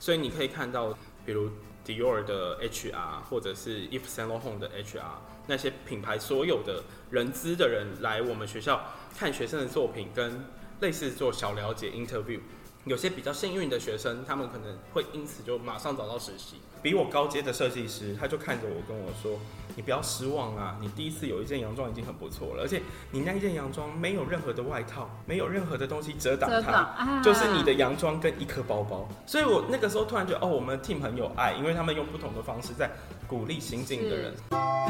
所以你可以看到，比如 Dior 的 HR 或者是 Yves Saint Laurent 的 HR， 那些品牌所有的人资的人来我们学校看学生的作品，跟类似做小了解 interview。有些比较幸运的学生，他们可能会因此就马上找到实习。比我高阶的设计师，他就看着我跟我说：“你不要失望啊，你第一次有一件洋装已经很不错了，而且你那一件洋装没有任何的外套，没有任何的东西遮挡它，就是你的洋装跟一颗包包。”所以我那个时候突然觉得，哦，我们的 team 很有爱，因为他们用不同的方式在鼓励新进的人。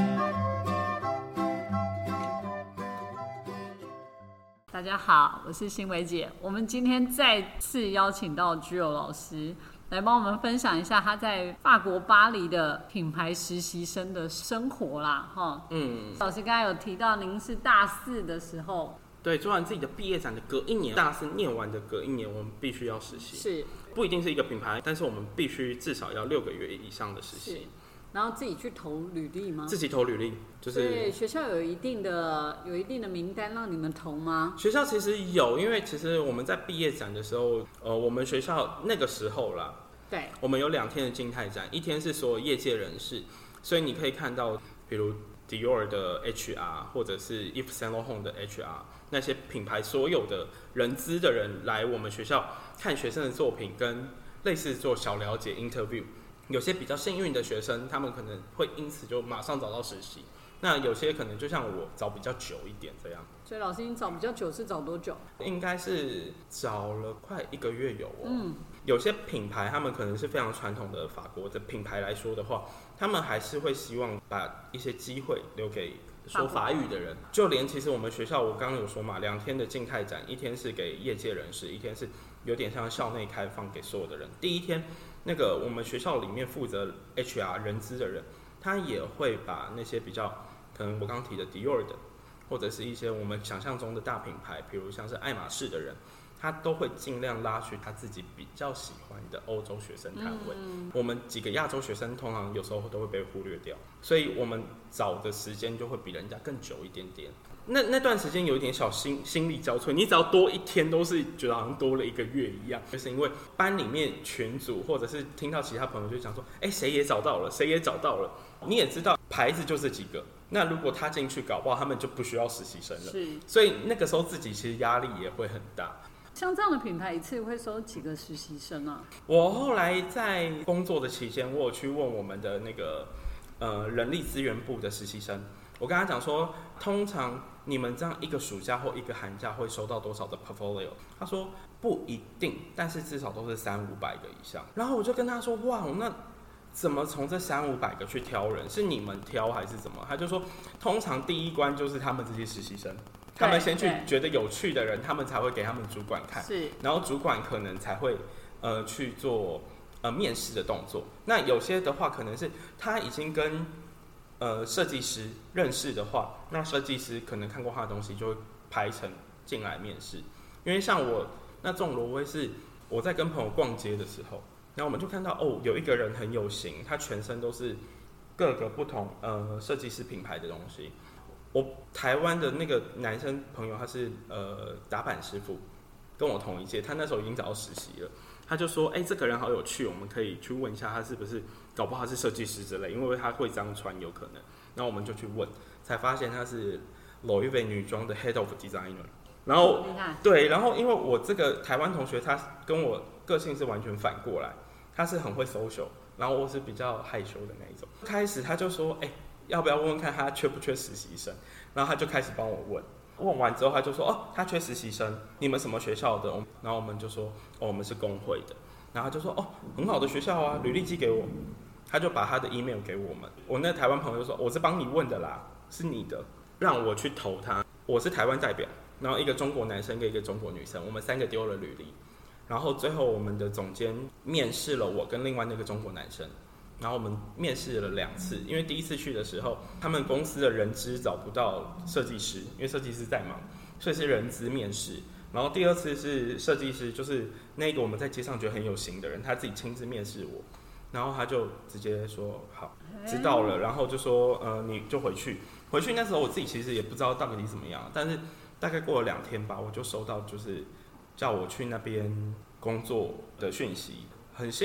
大家好，我是欣薇姐。我们今天再次邀请到居友老师来帮我们分享一下他在法国巴黎的品牌实习生的生活啦，哈。老师刚才有提到，您是大4的时候， 对，做完自己的毕业展的隔一年，大4念完的隔一年，我们必须要实习。 是， 不一定是一个品牌，但是我们必须至少要6个月以上的实习。 然后自己去投履历吗？ 自己投履历，就是对学校有一定的名单让你们投吗？ 学校其实有，因为其实我们在毕业展的时候，我们学校那个时候啦， 对， 我们有2天的静态展，一天是所有业界人士，所以你可以看到，比如 Dior 的 HR 或者是 Yves Saint Laurent 的 HR， 那些品牌所有的人资的人来我们学校看学生的作品，跟类似做小了解 interview。有些比较幸运的学生，他们可能会因此就马上找到实习。那有些可能就像我找比较久一点这样。 所以老师，你找比较久是找多久？ 应该是找了快1个月有哦。有些品牌他们可能是非常传统的法国的品牌来说的话，他们还是会希望把一些机会留给说法语的人。就连其实我们学校，我刚刚有说嘛，2天的静态展，一天是给业界人士，一天是有点像校内开放给所有的人。第一天，那个我们学校里面负责 HR 人资的人，他也会把那些比较可能我刚刚提的 Dior 的，或者是一些我们想象中的大品牌，比如像是爱马仕的人，他都会尽量拉去他自己比较喜欢的欧洲学生摊位。我们几个亚洲学生通常有时候都会被忽略掉，所以我们找的时间就会比人家更久一点点。那段时间有一点小心力交瘁，你只要多1天都是觉得好像多了1个月一样，就是因为班里面群组或者是听到其他朋友就讲说，谁也找到了，谁也找到了。你也知道牌子就这几个，那如果他进去搞不好他们就不需要实习生了，所以那个时候自己其实压力也会很大。 像这样的品牌一次会收几个实习生啊？ 我后来在工作的期间，我有去问我们的那个人力资源部的实习生，我跟他讲说，通常你们这样1个暑假或1个寒假会收到多少的 portfolio？ 他说不一定，但是至少都是300-500个以上。然后我就跟他说，哇，那怎么从这300-500个去挑人？是你们挑还是怎么？他就说，通常第一关就是他们这些实习生，他们先去觉得有趣的人，他们才会给他们主管看，然后主管可能才会去做面试的动作。那有些的话，可能是他已经跟设计师认识的话，那设计师可能看过他的东西，就会排成进来面试。因为像我那种挪威是我在跟朋友逛街的时候，然后我们就看到有一个人很有型，他全身都是各个不同设计师品牌的东西。我台湾的那个男生朋友，他是打板师傅，跟我同一届，他那时候已经找到实习了。他就说，这个人好有趣，我们可以去问一下他是不是，搞不好他是设计师之类，因为他会这样穿，有可能。然后我们就去问，才发现他是 Louis Vuitton 女装的 Head of Designer。然后对，然后因为我这个台湾同学，他跟我个性是完全反过来，他是很会 social， 然后我是比较害羞的那一种。开始他就说，要不要问问看他缺不缺实习生？然后他就开始帮我问。问完之后，他就说，他缺实习生，你们什么学校的？然后我们就说，我们是工会的。然后他就说，很好的学校啊，履历寄给我。他就把他的 email 给我们。我那台湾朋友就说，我是帮你问的啦，是你的，让我去投他。我是台湾代表，然后一个中国男生跟一个中国女生，我们3个丢了履历。然后最后我们的总监面试了我跟另外那个中国男生。然后我们面试了2次，因为第一次去的时候，他们公司的人资找不到设计师，因为设计师在忙，所以是人资面试。然后第2次是设计师，就是那个我们在街上觉得很有型的人，他自己亲自面试我，然后他就直接说好，知道了，然后就说你就回去。回去那时候我自己其实也不知道到底怎么样，但是大概过了2天吧，我就收到就是叫我去那边工作的讯息。很幸运，就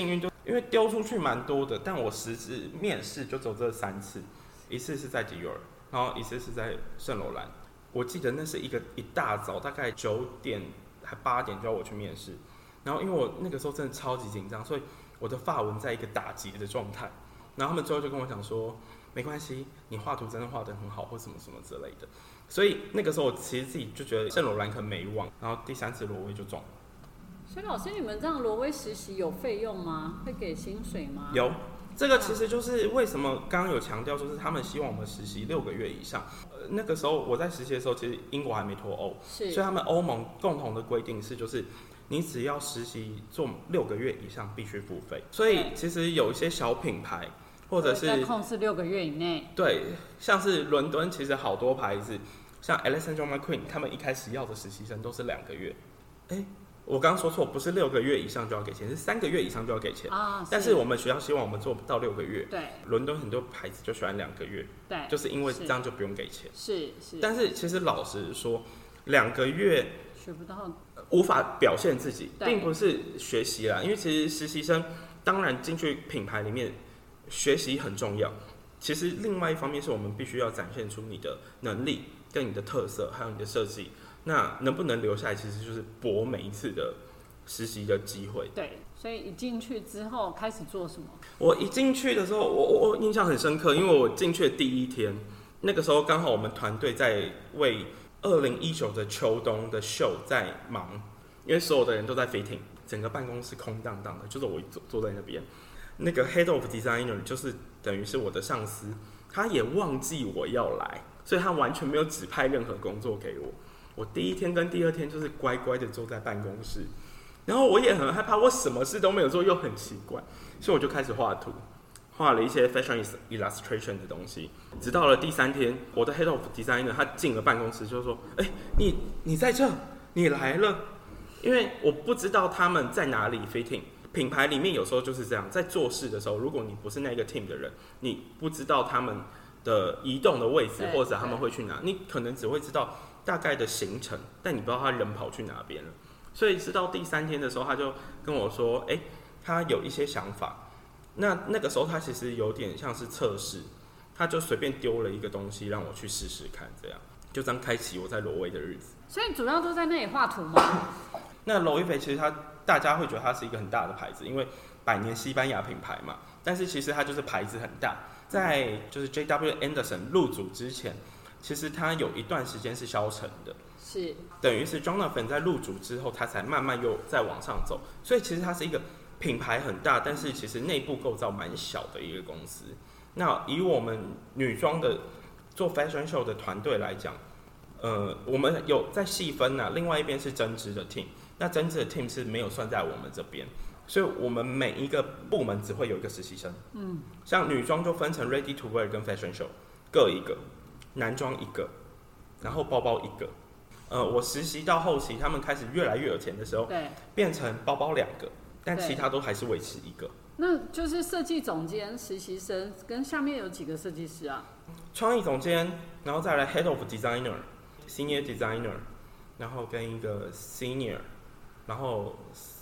因为丢出去蛮多的，但我实质面试就只有这3次，一次是在迪奥，然后一次是在圣罗兰。我记得那是一大早，大概9点还8点就要我去面试，然后因为我那个时候真的超级紧张，所以我的法文在一个打结的状态。然后他们最后就跟我讲说，没关系，你画图真的画得很好，或什么什么之类的。所以那个时候我其实自己就觉得圣罗兰可能没望，然后第3次挪威就中。 所以老师，你们这样挪威实习有费用吗？会给薪水吗？ 有，这个其实就是为什么刚刚有强调，就是他们希望我们实习6个月以上。那个时候我在实习的时候，其实英国还没脱欧，所以他们欧盟共同的规定是，就是你只要实习做6个月以上，必须付费。所以其实有一些小品牌，或者是在控制6个月以内， 对，像是伦敦其实好多牌子，像 Alexander McQueen， 他们一开始要的实习生都是2个月。我刚刚说错，不是6个月以上就要给钱，是3个月以上就要给钱。但是我们学校希望我们做到6个月。 对。 伦敦很多牌子就喜欢2个月。 对。 就是因为这样就不用给钱。 是。 但是其实老实说，2个月学不到， 无法表现自己，并不是学习啦。因为其实实习生当然进去品牌里面学习很重要。其实另外一方面是我们必须要展现出你的能力、跟你的特色，还有你的设计。那能不能留下来，其实就是搏每一次的实习的机会。 对，所以一进去之后开始做什么？ 我一进去的时候，我印象很深刻，因为我进去的第1天，那个时候刚好我们团队在为2019的秋冬的秀在忙，因为所有的人都在 fitting， 整个办公室空荡荡的，就是我坐在那边。那个 head of designer 就是等于是我的上司，他也忘记我要来，所以他完全没有指派任何工作给我。我第1天跟第2天就是乖乖的坐在办公室，然后我也很害怕，我什么事都没有做，又很奇怪，所以我就开始画图，画了一些 fashion illustration 的东西。直到了第3天，我的 head of designer 他进了办公室就说：“你在这，你来了。”因为我不知道他们在哪里 fitting。品牌里面有时候就是这样，在做事的时候，如果你不是那个 team 的人，你不知道他们的移动的位置，或者他们会去哪，你可能只会知道大概的行程，但你不知道他人跑去哪边了。所以直到第3天的时候，他就跟我说：“他有一些想法。”那个时候他其实有点像是测试，他就随便丢了一个东西让我去试试看，这样就这样开启我在挪威的日子。 所以主要都在那里画图吗？ 那罗伊菲其实大家会觉得它是一个很大的牌子，因为100年西班牙品牌嘛。但是其实它就是牌子很大，在就是 J.W. Anderson 入主之前，其实它有一段时间是消沉的， 是等于是 Jonathan 在入主之后，它才慢慢又再往上走。所以其实它是一个品牌很大，但是其实内部构造蛮小的一个公司。那以我们女装的做 fashion show 的团队来讲，我们有在细分啊，另外一边是针织的 team。那针织的 team 是没有算在我们这边，所以我们每一个部门只会有一个实习生。像女装就分成 ready to wear 跟 fashion show 各一个，男装1个，然后包包1个。我实习到后期，他们开始越来越有钱的时候，变成包包2个，但其他都还是维持1个。 那就是设计总监、实习生跟下面有几个设计师啊？ 创意总监，然后再来 head of designer、senior designer， 然后跟一个 senior。然后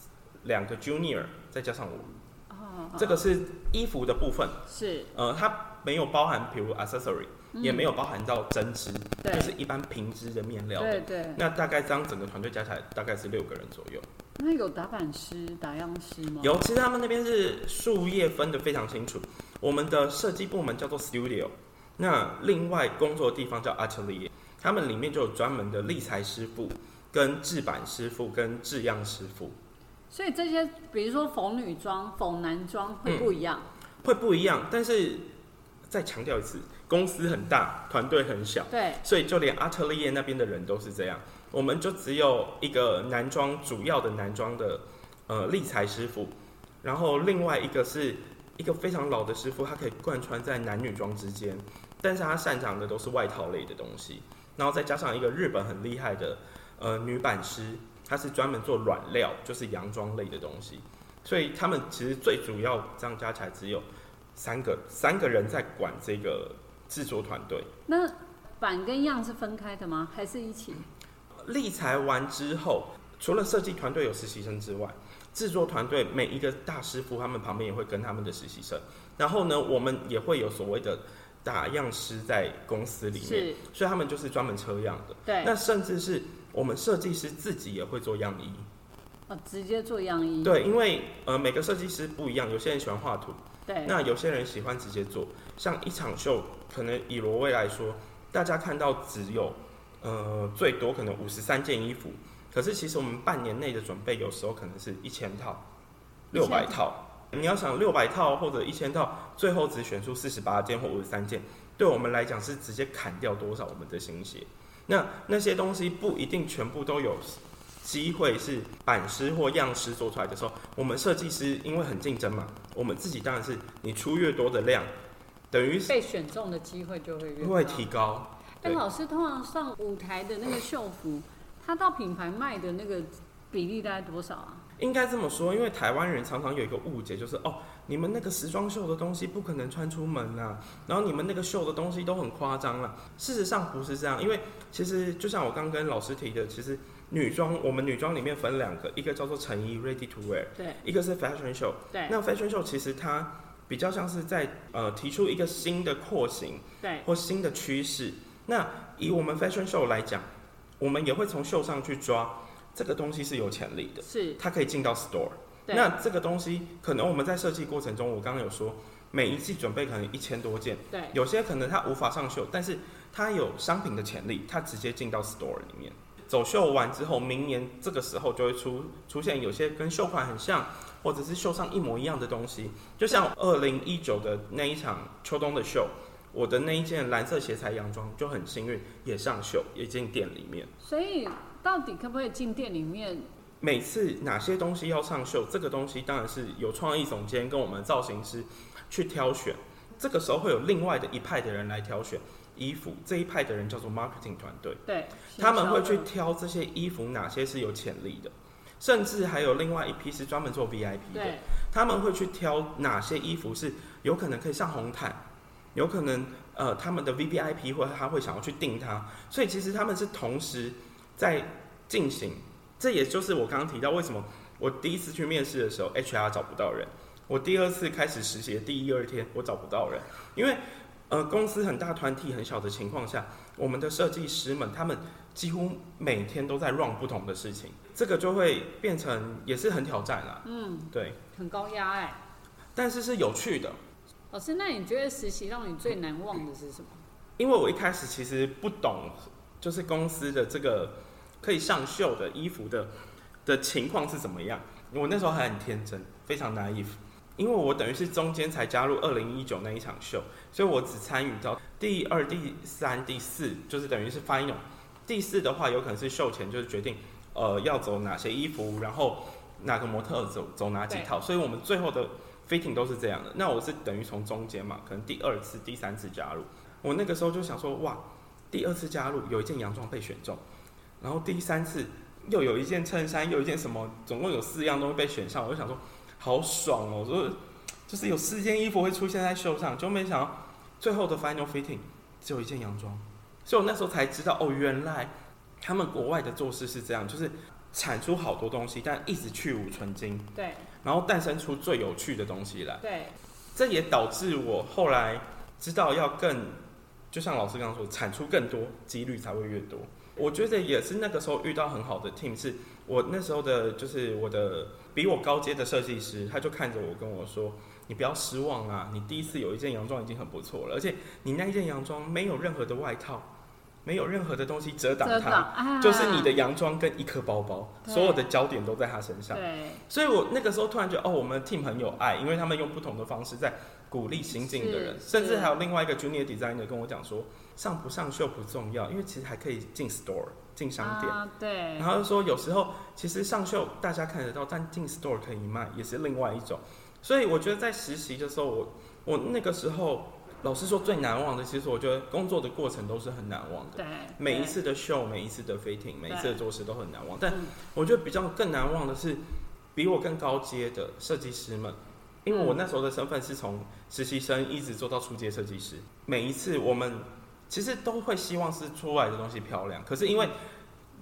2个 junior， 再加上我，这个是衣服的部分。是，它没有包含，比如 accessory，也没有包含到针织，就是一般平织的面料的。对。那大概这样整个团队加起来大概是6个人左右。 那有打版师、打样师吗？ 有，其实他们那边是术业分得非常清楚。我们的设计部门叫做 studio， 那另外工作的地方叫 atelier， 他们里面就有专门的立裁师傅。跟制版师傅跟制样师傅， 所以这些比如说缝女装、缝男装会不一样， 会不一样。但是再强调一次，公司很大，团队很小，对，所以就连阿特利耶那边的人都是这样。我们就只有一个男装主要的男装的立裁师傅，然后另外一个是一个非常老的师傅，他可以贯穿在男女装之间，但是他擅长的都是外套类的东西，然后再加上一个日本很厉害的。女版师，她是专门做软料，就是洋装类的东西，所以他们其实最主要这样加起来只有三个人在管这个制作团队。 那版跟样是分开的吗？还是一起？ 立裁完之后，除了设计团队有实习生之外， 制作团队每一个大师傅他们旁边也会跟他们的实习生，然后呢，我们也会有所谓的打样师在公司里面，所以他们就是专门车样的。 对， 那甚至是我们设计师自己也会做样衣。 直接做样衣。 对，因为每个设计师不一样，有些人喜欢画图， 对， 那有些人喜欢直接做。像一场秀，可能以挪威来说，大家看到只有最多可能53件衣服，可是其实我们半年内的准备，有时候可能是1000套、600套。你要想600套或者1000套，最后只选出48件或53件，对我们来讲是直接砍掉多少我们的心血。那些东西不一定全部都有机会是版师或样师做出来的时候，我们设计师因为很竞争嘛，我们自己当然是你出越多的量，等于被选中的机会就会越高， 会提高。 老师通常上舞台的那个秀服，他到品牌卖的那个比例大概多少啊？ 应该这么说，因为台湾人常常有一个误解，就是你们那个时装秀的东西不可能穿出门啊，然后你们那个秀的东西都很夸张啦。事实上不是这样，因为其实就像我刚跟老师提的，其实我们女装里面分2个，一个叫做成衣 （ready to wear）， 对， 一个是 fashion show。 对， 那 fashion show 其实它比较像是在提出一个新的廓形， 对， 或新的趋势。那以我们 fashion show 来讲，我们也会从秀上去抓这个东西是有潜力的， 是它可以进到 store。那这个东西可能我们在设计过程中，我刚刚有说，每一季准备可能1000多件， 对， 有些可能它无法上秀，但是它有商品的潜力，它直接进到 store 里面。走秀完之后，明年这个时候就会出现有些跟秀款很像，或者是秀上一模一样的东西。就像2019的那一场秋冬的秀，我的那一件蓝色鞋材洋装就很幸运也上秀，也进店里面。 所以到底可不可以进店里面？ 每次哪些东西要上秀，这个东西当然是由创意总监跟我们造型师去挑选。这个时候会有另外的一派的人来挑选衣服，这一派的人叫做 marketing 团队， 对， 他们会去挑这些衣服哪些是有潜力的，甚至还有另外一批是专门做 VIP 的，他们会去挑哪些衣服是有可能可以上红毯，有可能他们的 VVIP 或者他会想要去订它，所以其实他们是同时在进行。这也就是我刚刚提到为什么我第一次去面试的时候 HR 找不到人，我第2次开始实习的第1、2天我找不到人，因为公司很大团体很小的情况下，我们的设计师们他们几乎每天都在 run 不同的事情，这个就会变成也是很挑战啦。对， 很高压但是是有趣的。 老师，那你觉得实习让你最难忘的是什么？ 因为我一开始其实不懂，就是公司的这个可以上秀的衣服的情况是怎么样。我那时候还很天真，非常 naive， 因为我等于是中间才加入2019那一场秀，所以我只参与到第2、第3、第4，就是等于是 final。第4的话，有可能是秀前就是决定要走哪些衣服，然后哪个模特走哪几套，所以我们最后的 fitting 都是这样的。那我是等于从中间嘛，可能第2次、第3次加入。我那个时候就想说，哇，第2次加入有一件洋装被选中，然后第3次又有一件衬衫，又有一件什么，总共有4样东西被选上，我就想说好爽哦！我说就是有4件衣服会出现在秀上，就没想到最后的 final fitting 只有一件洋装，所以我那时候才知道哦，原来他们国外的做事是这样，就是产出好多东西，但一直去无存精， 对， 然后诞生出最有趣的东西来， 对， 这也导致我后来知道要更，就像老师刚刚说，产出更多，几率才会越多。我觉得也是那个时候遇到很好的 team， 是我那时候的，就是我的比我高阶的设计师，他就看着我跟我说：“你不要失望啊，你第1次有一件洋装已经很不错了，而且你那一件洋装没有任何的外套，没有任何的东西遮挡它，就是你的洋装跟一颗包包，所有的焦点都在他身上。” 对， 所以我那个时候突然觉得，哦，我们的 team 很有爱，因为他们用不同的方式在鼓励新进的人，甚至还有另外一个 junior designer 跟我讲说，上不上秀不重要，因为其实还可以进 store 进商店， 对。 然后就说有时候其实上秀大家看得到，但进 store 可以卖，也是另外一种。所以我觉得在实习的时候，我那个时候老实说最难忘的，其实我觉得工作的过程都是很难忘的， 对， 每一次的秀，每一次的 fitting， 每一次的做事都很难忘。但我觉得比较更难忘的是比我更高阶的设计师们。因为我那时候的身份是从实习生一直做到初阶设计师，每一次我们其实都会希望是出来的东西漂亮，可是因为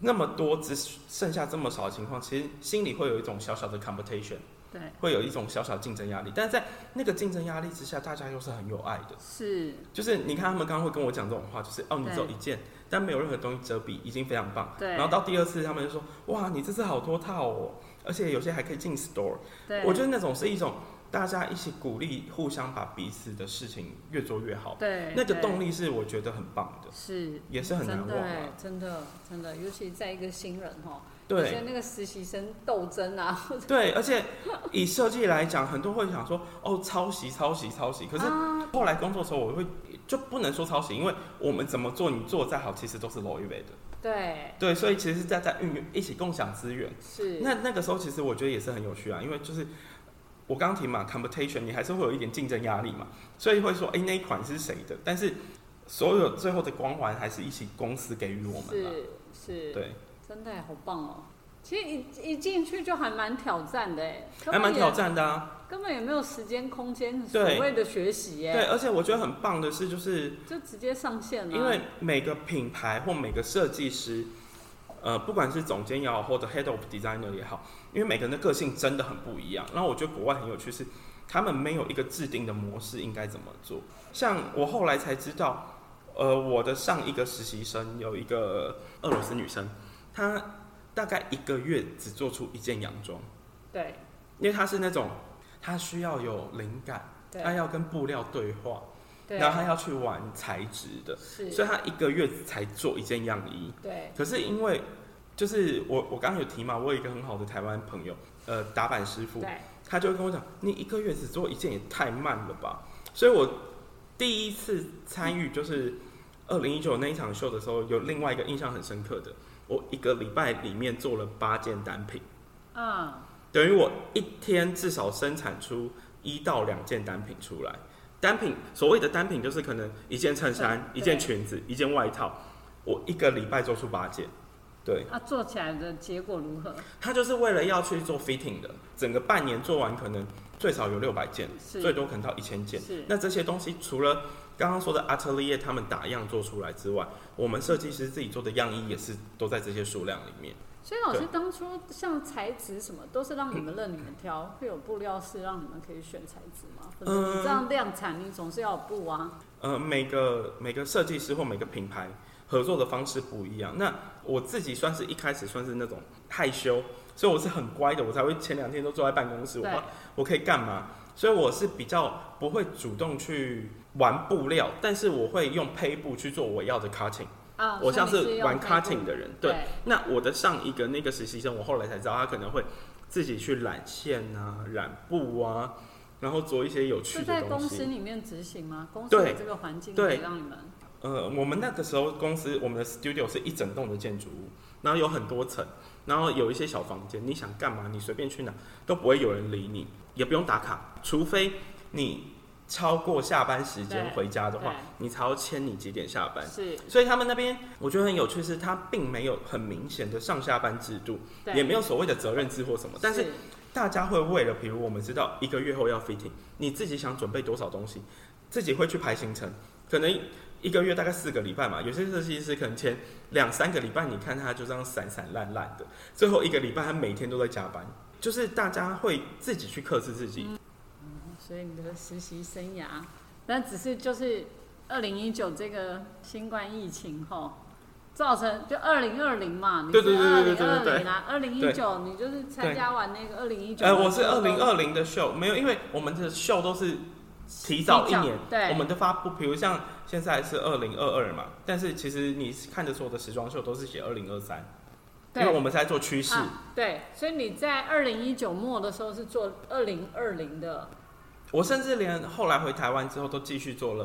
那么多只剩下这么少的情况，其实心里会有一种小小的 competition， 对， 会有一种小小竞争压力。但是在那个竞争压力之下，大家又是很有爱的。 是， 就是你看他们刚刚会跟我讲这种话，就是哦，你只有一件，但没有任何东西遮蔽，已经非常棒。 对。 然后到第二次，他们就说哇，你这次好多套哦，而且有些还可以进 store。 对。 我觉得那种是一种大家一起鼓励，互相把彼此的事情越做越好。 对。 那个动力是我觉得很棒的。 是。 也是很难忘啊。 真的，尤其在一个新人哈。 对， 所以那个实习生斗争啊， 对，而且以设计来讲，很多会想说哦，抄袭。可是后来工作的时候，我会就不能说抄袭，因为我们怎么做，你做再好，其实都是low的。 对， 所以其实是在运用一起共享资源。 是。 那个时候其实我觉得也是很有趣啊，因为就是我刚刚提嘛 ，competition 你还是会有一点竞争压力嘛，所以会说那一款是谁的，但是所有最后的光环还是一起公司给予我们啦。 是。 对。 真的好棒哦！其实一进去就还蛮挑战的哎， 还蛮挑战的啊， 根本也没有时间空间所谓的学习耶。 对，而且我觉得很棒的是，就直接上线了。 因为每个品牌或每个设计师，不管是总监也好，或者 head of designer 也好，因为每个人的个性真的很不一样。然后我觉得国外很有趣是，他们没有一个制定的模式应该怎么做。像我后来才知道，我的上一个实习生有一个俄罗斯女生。他大概1个月只做出1件洋装， 对， 因为他是那种他需要有灵感，他要跟布料对话，然后他要去玩材质的，所以他1个月才做1件样衣。 对， 可是因为就是我刚刚有提嘛，我有一个很好的台湾朋友，打板师傅，他就会跟我讲，你1个月只做1件也太慢了吧。所以我第一次参与就是2019那一场秀的时候，有另外一个印象很深刻的。我1个礼拜里面做了8件单品，等于我1天至少生产出1到2件单品出来。单品所谓的单品就是可能1件衬衫、1件裙子、1件外套，我1个礼拜做出8件。对， 做起来的结果如何？ 他就是为了要去做 fitting 的，整个半年做完，可能最少有600件，最多可能到1000件。那这些东西除了刚刚说的 atelier 他们打样做出来之外，我们设计师自己做的样衣也是都在这些数量里面。 所以老师当初像材质什么都是让你们任你们挑，会有布料是让你们可以选材质吗？你这样量产，你总是要有布啊。 每个设计师或每个品牌合作的方式不一样。那我自己算是一开始算是那种害羞，所以我是很乖的，我才会前2天都坐在办公室，我可以干嘛？所以我是比较不会主动去玩布料，但是我会用胚布去做我要的 cutting。我像是玩 cutting 的人，对。那我的上一个那个实习生，我后来才知道他可能会自己去染线啊、染布啊，然后做一些有趣的东西。 是在公司里面执行吗？公司的这个环境可以让你们？ 我们那个时候公司我们的 studio 是一整栋的建筑物，然后有很多层，然后有一些小房间，你想干嘛你随便去哪都不会有人理你，也不用打卡，除非你超过下班时间回家的话，你才要签你几点下班。所以他们那边我觉得很有趣，是他并没有很明显的上下班制度，也没有所谓的责任制或什么，但是大家会为了，比如我们知道1个月后要 fitting， 你自己想准备多少东西，自己会去排行程，可能1个月大概4个礼拜嘛，有些设计师可能前2-3个礼拜，你看他就这样散散烂烂的，最后1个礼拜他每天都在加班，就是大家会自己去克制自己。 所以你的实习生涯，但只是就是2019这个新冠疫情后造成就2020嘛，你是2020啊，2019你就是参加完那个2019。 我是2020的秀，没有，因为我们的秀都是提早1年，我们的发布，比如像现在是2022嘛，但是其实你看的所有的时装秀都是写2023，因为我们在做趋势。 对，所以你在2019末的时候是做2020的。 我甚至连后来回台湾之后都继续做了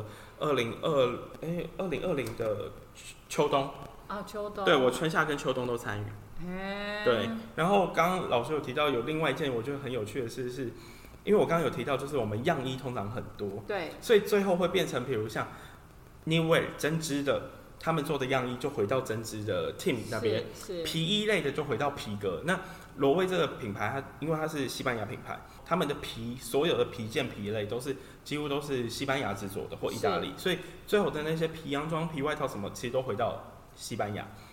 2020的秋冬。 秋冬。 对，我春夏跟秋冬都参与。对，然后刚刚老师有提到有另外一件我觉得很有趣的事是，因为我刚刚有提到就是我们样衣通常很多， 对， 所以最后会变成比如像 New Wear 针织的，他们做的样衣就回到针织的 team 那边，皮衣类的就回到皮革。那罗威这个品牌，因为它是西班牙品牌，他们的所有的皮件皮类几乎都是西班牙制作的或意大利，所以最后的那些皮洋装、皮外套什么，其实都回到西班牙。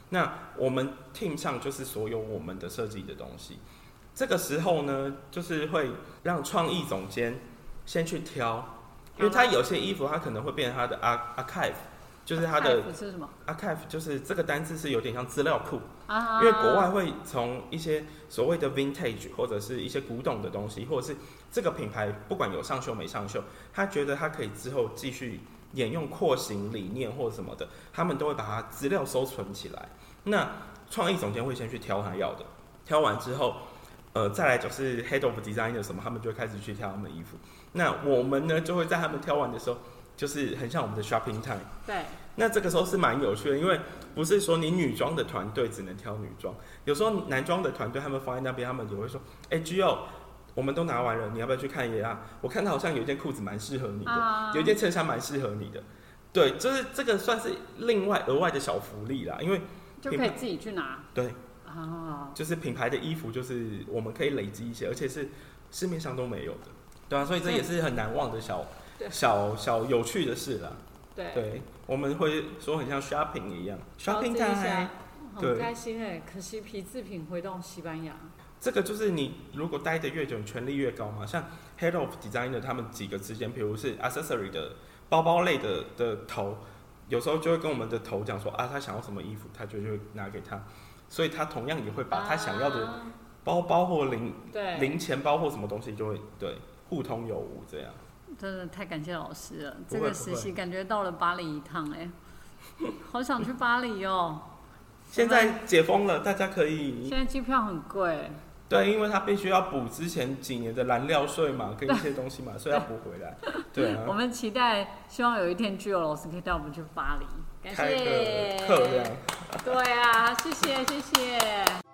那我们 team 上就是所有我们的设计的东西。这个时候呢，就是会让创意总监先去挑，因为他有些衣服他可能会变成他的 archive， 就是他的 archive 是什么 archive 就是这个单字是有点像资料库， 啊？ 因为国外会从一些所谓的 vintage 或者是一些古董的东西，或者是这个品牌不管有上秀没上秀，他觉得他可以之后继续沿用廓形理念或什么的，他们都会把它资料收存起来。那创意总监会先去挑他要的，挑完之后，再来就是 head of design 的什么，他们就会开始去挑他们的衣服。那我们呢，就会在他们挑完的时候，就是很像我们的 shopping time。 对。 那这个时候是蛮有趣的，因为不是说你女装的团队只能挑女装，有时候男装的团队他们放在那边，他们也会说，Gio，我们都拿完了，你要不要去看一下？我看到好像有一件裤子蛮适合你的，有一件衬衫蛮适合你的。对，就是这个算是另外额外的小福利啦，因为就可以自己去拿。 对，就是品牌的衣服，就是我们可以累积一些，而且是市面上都没有的，对啊，所以这也是很难忘的小有趣的事啦。对，我们会说很像 shopping 一样 ，shopping time， 很开心哎。可惜皮制品回到西班牙， 这个就是你如果待得越久，你权力越高嘛。像 head of designer 他们几个之间，比如是 accessory 的包包类的头，有时候就会跟我们的头讲说啊，他想要什么衣服，他就会拿给他，所以他同样也会把他想要的包包或零钱包或什么东西就会对互通有无这样。 真的太感谢老师了，这个实习感觉到了巴黎一趟哎，好想去巴黎哦。 现在解封了，大家可以。 现在机票很贵。 对，因为他必须要补之前几年的燃料税嘛，跟一些东西嘛，所以要补回来。对啊。 我们期待，希望有一天Gio老师可以带我们去巴黎。感谢。 开个课这样。 对啊，谢谢。